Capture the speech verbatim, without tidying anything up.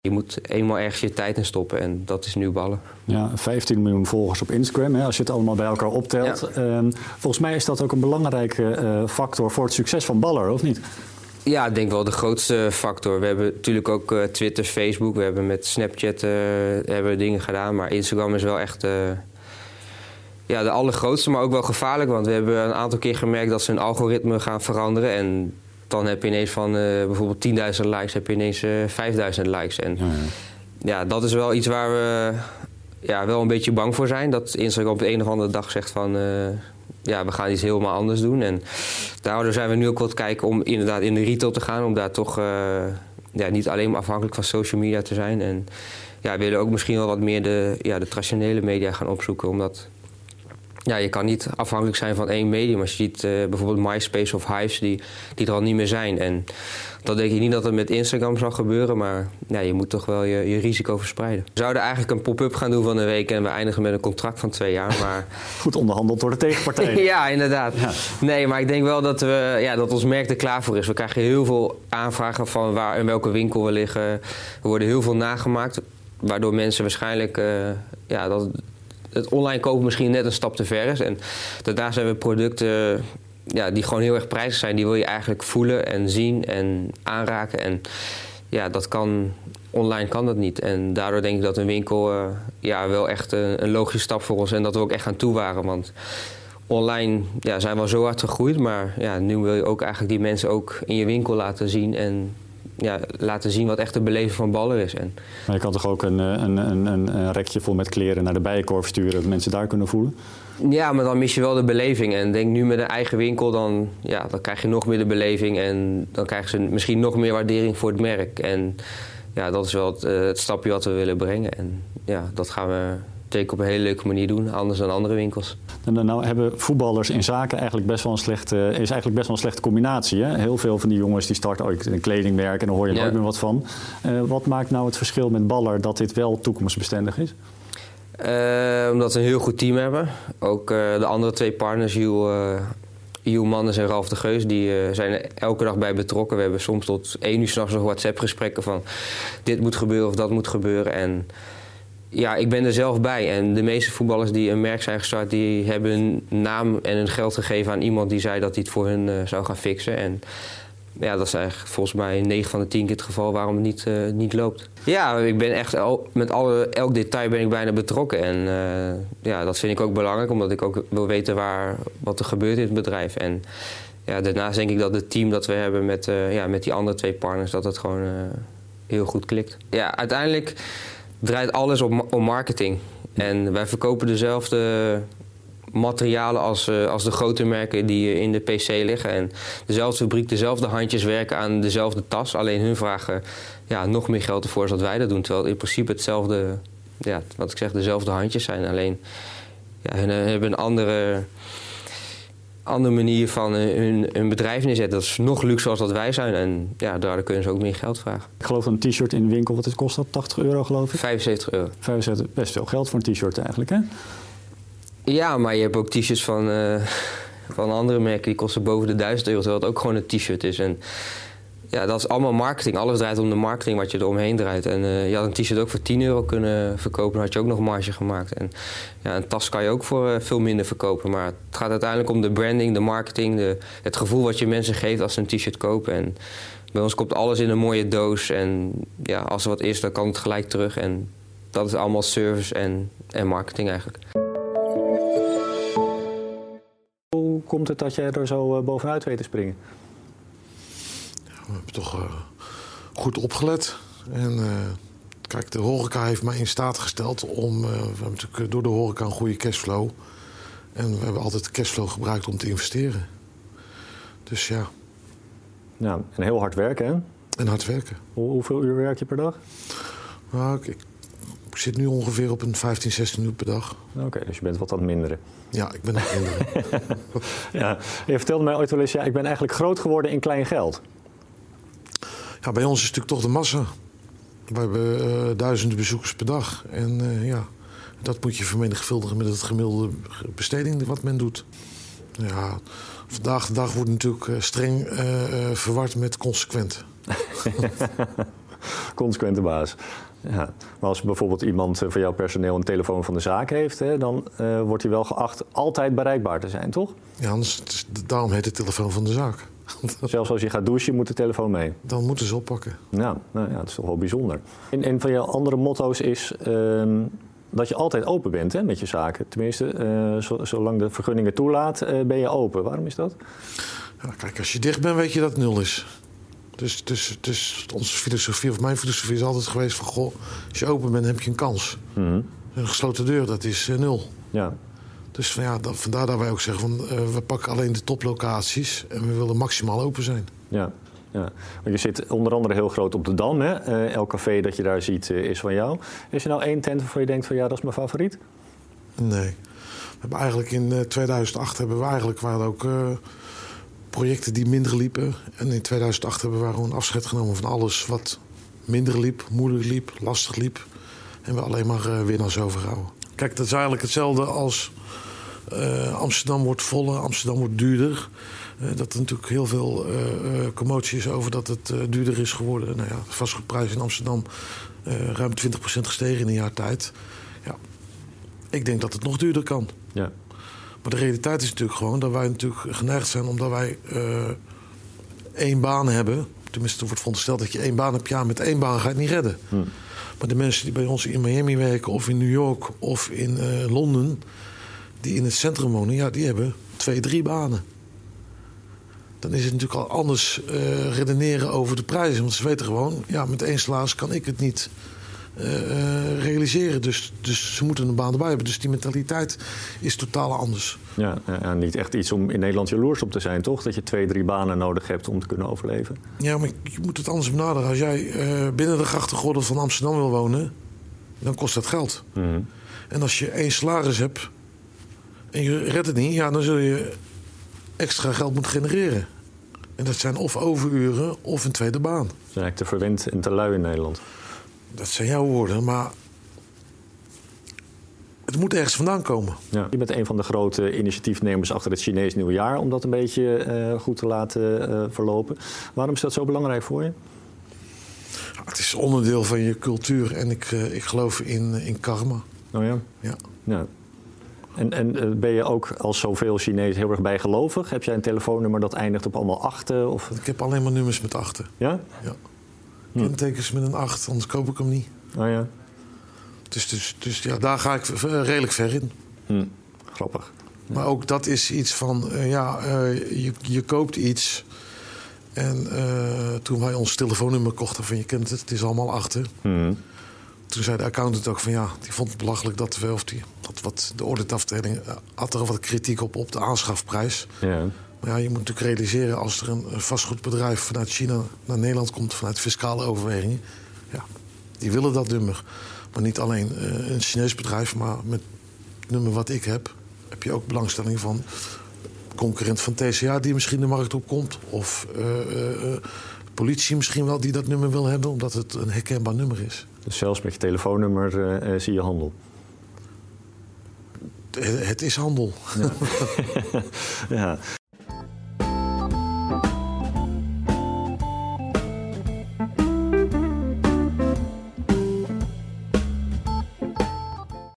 Je moet eenmaal ergens je tijd in stoppen en dat is nu ballen. Ja, vijftien miljoen volgers op Instagram, hè, als je het allemaal bij elkaar optelt. Ja. Uh, volgens mij is dat ook een belangrijke uh, factor voor het succes van Baller, of niet? Ja, ik denk wel de grootste factor. We hebben natuurlijk ook uh, Twitter, Facebook. We hebben met Snapchat uh, hebben we dingen gedaan. Maar Instagram is wel echt uh, ja, de allergrootste, maar ook wel gevaarlijk. Want we hebben een aantal keer gemerkt dat ze een algoritme gaan veranderen. En dan heb je ineens van uh, bijvoorbeeld tienduizend likes, heb je ineens uh, vijfduizend likes. En ja, ja. ja, dat is wel iets waar we ja, wel een beetje bang voor zijn. Dat Instagram op de een of andere dag zegt van Uh, ja, we gaan iets helemaal anders doen. En daardoor zijn we nu ook wat kijken om inderdaad in de retail te gaan. Om daar toch uh, ja, niet alleen maar afhankelijk van social media te zijn. En ja, we willen ook misschien wel wat meer de, ja, de traditionele media gaan opzoeken. Omdat ja, je kan niet afhankelijk zijn van één medium. Als je ziet uh, bijvoorbeeld MySpace of Hives die, die er al niet meer zijn. En dat denk ik niet dat het met Instagram zal gebeuren. Maar ja, je moet toch wel je, je risico verspreiden. We zouden eigenlijk een pop-up gaan doen van een week. En we eindigen met een contract van twee jaar. Maar goed onderhandeld door de tegenpartij. Ja, inderdaad. Ja. Nee, maar ik denk wel dat, we, ja, dat ons merk er klaar voor is. We krijgen heel veel aanvragen van waar, in welke winkel we liggen. Er worden heel veel nagemaakt. Waardoor mensen waarschijnlijk Uh, ja, dat het online kopen misschien net een stap te ver is. En daarnaast hebben we producten ja, die gewoon heel erg prijzig zijn. Die wil je eigenlijk voelen en zien en aanraken. En ja, dat kan, online kan dat niet. En daardoor denk ik dat een winkel uh, ja, wel echt een, een logische stap voor ons. En dat we ook echt aan toe waren. Want online ja, zijn we al zo hard gegroeid. Maar ja, nu wil je ook eigenlijk die mensen ook in je winkel laten zien. En ja, laten zien wat echt de beleving van Baller is. En maar je kan toch ook een, een, een, een rekje vol met kleren naar de Bijenkorf sturen, dat mensen daar kunnen voelen? Ja, maar dan mis je wel de beleving. En denk nu met een eigen winkel, dan, ja, dan krijg je nog meer de beleving. En dan krijgen ze misschien nog meer waardering voor het merk. En ja, dat is wel het, uh, het stapje wat we willen brengen. En ja, dat gaan we zeker op een hele leuke manier doen, anders dan andere winkels. En dan nou hebben voetballers in zaken eigenlijk best wel een slechte, is eigenlijk best wel een slechte combinatie. Hè? Heel veel van die jongens die starten ook een kledingmerk en dan hoor je er ja. nooit meer wat van. Uh, wat maakt nou het verschil met Baller dat dit wel toekomstbestendig is? Uh, omdat we een heel goed team hebben. Ook uh, de andere twee partners, Jules, uh, Jules Mannes en Ralf de Geus, die uh, zijn er elke dag bij betrokken. We hebben soms tot één uur 's nachts nog WhatsApp-gesprekken van dit moet gebeuren of dat moet gebeuren. En ja, ik ben er zelf bij. En de meeste voetballers die een merk zijn gestart, die hebben hun naam en hun geld gegeven aan iemand die zei dat hij het voor hun uh, zou gaan fixen. En ja, dat is eigenlijk volgens mij negen van de tien keer het geval waarom het niet, uh, niet loopt. Ja, ik ben echt el, met alle, elk detail ben ik bijna betrokken. En uh, ja, dat vind ik ook belangrijk, omdat ik ook wil weten waar, wat er gebeurt in het bedrijf. En ja, daarnaast denk ik dat het team dat we hebben met, uh, ja, met die andere twee partners, dat het gewoon uh, heel goed klikt. Ja, uiteindelijk draait alles op, op marketing. En wij verkopen dezelfde materialen als, uh, als de grote merken die in de P C liggen. En dezelfde fabriek, dezelfde handjes werken aan dezelfde tas. Alleen hun vragen ja, nog meer geld ervoor dan wij dat doen. Terwijl het in principe hetzelfde, ja, wat ik zeg, dezelfde handjes zijn. Alleen ja, hun, hun hebben een andere, andere manier van hun, hun bedrijf neerzetten. Dat is nog luxe als dat wij zijn. En ja, daardoor kunnen ze ook meer geld vragen. Ik geloof een t-shirt in de winkel, wat kost dat? tachtig euro geloof ik? vijfenzeventig euro. vijfenzeventig, best veel geld voor een t-shirt eigenlijk, hè? Ja, maar je hebt ook t-shirts van, uh, van andere merken die kosten boven de duizend euro, terwijl het ook gewoon een t-shirt is. En ja, dat is allemaal marketing. Alles draait om de marketing wat je eromheen draait. En uh, je had een t-shirt ook voor tien euro kunnen verkopen, dan had je ook nog marge gemaakt. En ja, een tas kan je ook voor uh, veel minder verkopen. Maar het gaat uiteindelijk om de branding, de marketing, de, het gevoel wat je mensen geeft als ze een t-shirt kopen. En bij ons komt alles in een mooie doos. En ja, als er wat is, dan kan het gelijk terug. En dat is allemaal service en, en marketing eigenlijk. Hoe komt het dat jij er zo uh, bovenuit weet te springen? Ja, we hebben toch uh, goed opgelet. En uh, kijk, de horeca heeft mij in staat gesteld om... Uh, we hebben natuurlijk door de horeca een goede cashflow. En we hebben altijd de cashflow gebruikt om te investeren. Dus ja. Ja, en heel hard werken, hè? En hard werken. Hoe, hoeveel uur werk je per dag? Nou, ik, ik zit nu ongeveer op een vijftien, zestien uur per dag. Oké, okay, dus je bent wat aan het minderen. Ja, ik ben aan het minderen. Ja, je vertelde mij ooit wel eens, ja, ik ben eigenlijk groot geworden in klein geld. Ja, bij ons is het natuurlijk toch de massa. We hebben uh, duizenden bezoekers per dag. En uh, ja, dat moet je vermenigvuldigen met het gemiddelde besteding wat men doet. Ja, vandaag de dag wordt natuurlijk uh, streng uh, uh, verward met consequent. consequente baas. Ja. Maar als bijvoorbeeld iemand van jouw personeel een telefoon van de zaak heeft, hè, dan uh, wordt hij wel geacht altijd bereikbaar te zijn, toch? Ja, anders, daarom heet de telefoon van de zaak. Zelfs als je gaat douchen, moet de telefoon mee. Dan moeten ze oppakken. Nou, nou ja, dat is toch wel bijzonder. En een van jouw andere motto's is uh, dat je altijd open bent, hè, met je zaken. Tenminste, uh, zo, zolang de vergunningen toelaat, uh, ben je open. Waarom is dat? Ja, kijk, als je dicht bent, weet je dat het nul is. Dus, dus, dus onze filosofie, of mijn filosofie is altijd geweest van... goh, als je open bent, heb je een kans. Mm-hmm. Een gesloten deur, dat is uh, nul. Ja. Dus van, ja, dat, vandaar dat wij ook zeggen van... Uh, we pakken alleen de toplocaties en we willen maximaal open zijn. Ja, ja. Want je zit onder andere heel groot op de Dam, hè? Uh, elk café dat je daar ziet uh, is van jou. Is er nou één tent waarvan je denkt van ja, dat is mijn favoriet? Nee. We hebben eigenlijk in uh, tweeduizend acht hebben we eigenlijk... waren ook uh, projecten die minder liepen. En in tweeduizend acht hebben we gewoon afscheid genomen van alles wat minder liep, moeilijk liep, lastig liep. En we alleen maar uh, winnaars overhouden. Kijk, dat is eigenlijk hetzelfde als uh, Amsterdam wordt voller, Amsterdam wordt duurder. Uh, dat er natuurlijk heel veel uh, uh, commotie is over dat het uh, duurder is geworden. Nou ja, de vastgoedprijs in Amsterdam uh, ruim twintig procent gestegen in een jaar tijd. Ja, ik denk dat het nog duurder kan. Ja. Maar de realiteit is natuurlijk gewoon dat wij natuurlijk geneigd zijn... omdat wij uh, één baan hebben. Tenminste, er wordt verondersteld dat je één baan hebt. Ja, met één baan ga je het niet redden. Hm. Maar de mensen die bij ons in Miami werken... of in New York of in uh, Londen... die in het centrum wonen, ja, die hebben twee, drie banen. Dan is het natuurlijk al anders uh, redeneren over de prijzen. Want ze weten gewoon, ja, met één salaris kan ik het niet... Uh, realiseren. Dus, dus ze moeten een baan erbij hebben. Dus die mentaliteit is totaal anders. Ja, en niet echt iets om in Nederland jaloers op te zijn, toch? Dat je twee, drie banen nodig hebt om te kunnen overleven. Ja, maar je moet het anders benaderen. Als jij uh, binnen de grachtengordel van Amsterdam wil wonen... dan kost dat geld. Mm-hmm. En als je één salaris hebt... en je redt het niet... ja, dan zul je extra geld moeten genereren. En dat zijn of overuren of een tweede baan. Dat is eigenlijk te verwend en te lui in Nederland. Dat zijn jouw woorden, maar het moet ergens vandaan komen. Ja. Je bent een van de grote initiatiefnemers achter het Chinees Nieuwjaar... om dat een beetje uh, goed te laten uh, verlopen. Waarom is dat zo belangrijk voor je? Ja, het is onderdeel van je cultuur en ik, uh, ik geloof in, in karma. Oh ja? Ja. Ja. En, en uh, ben je ook als zoveel Chinezen heel erg bijgelovig? Heb jij een telefoonnummer dat eindigt op allemaal achten? Of? Ik heb alleen maar nummers met achten. Ja? Ja. Kentekens met een acht, anders koop ik hem niet. Oh ja. Dus, dus, dus ja, daar ga ik redelijk ver in. Hm. Grappig. Maar ook dat is iets van, uh, ja, uh, je, je koopt iets. En uh, toen wij ons telefoonnummer kochten van je kent het, het is allemaal achter. Hm. Toen zei de accountant ook van ja, die vond het belachelijk dat we, of die had wat, de auditafdeling uh, had er wat kritiek op op de aanschafprijs. Ja. Maar ja, je moet natuurlijk realiseren als er een vastgoedbedrijf vanuit China naar Nederland komt, vanuit fiscale overwegingen. Ja, die willen dat nummer. Maar niet alleen uh, een Chinees bedrijf, maar met het nummer wat ik heb, heb je ook belangstelling van concurrent van T C A die misschien de markt op komt. Of uh, uh, politie misschien wel die dat nummer wil hebben, omdat het een herkenbaar nummer is. Dus zelfs met je telefoonnummer uh, zie je handel? Het, het is handel. Ja. Ja.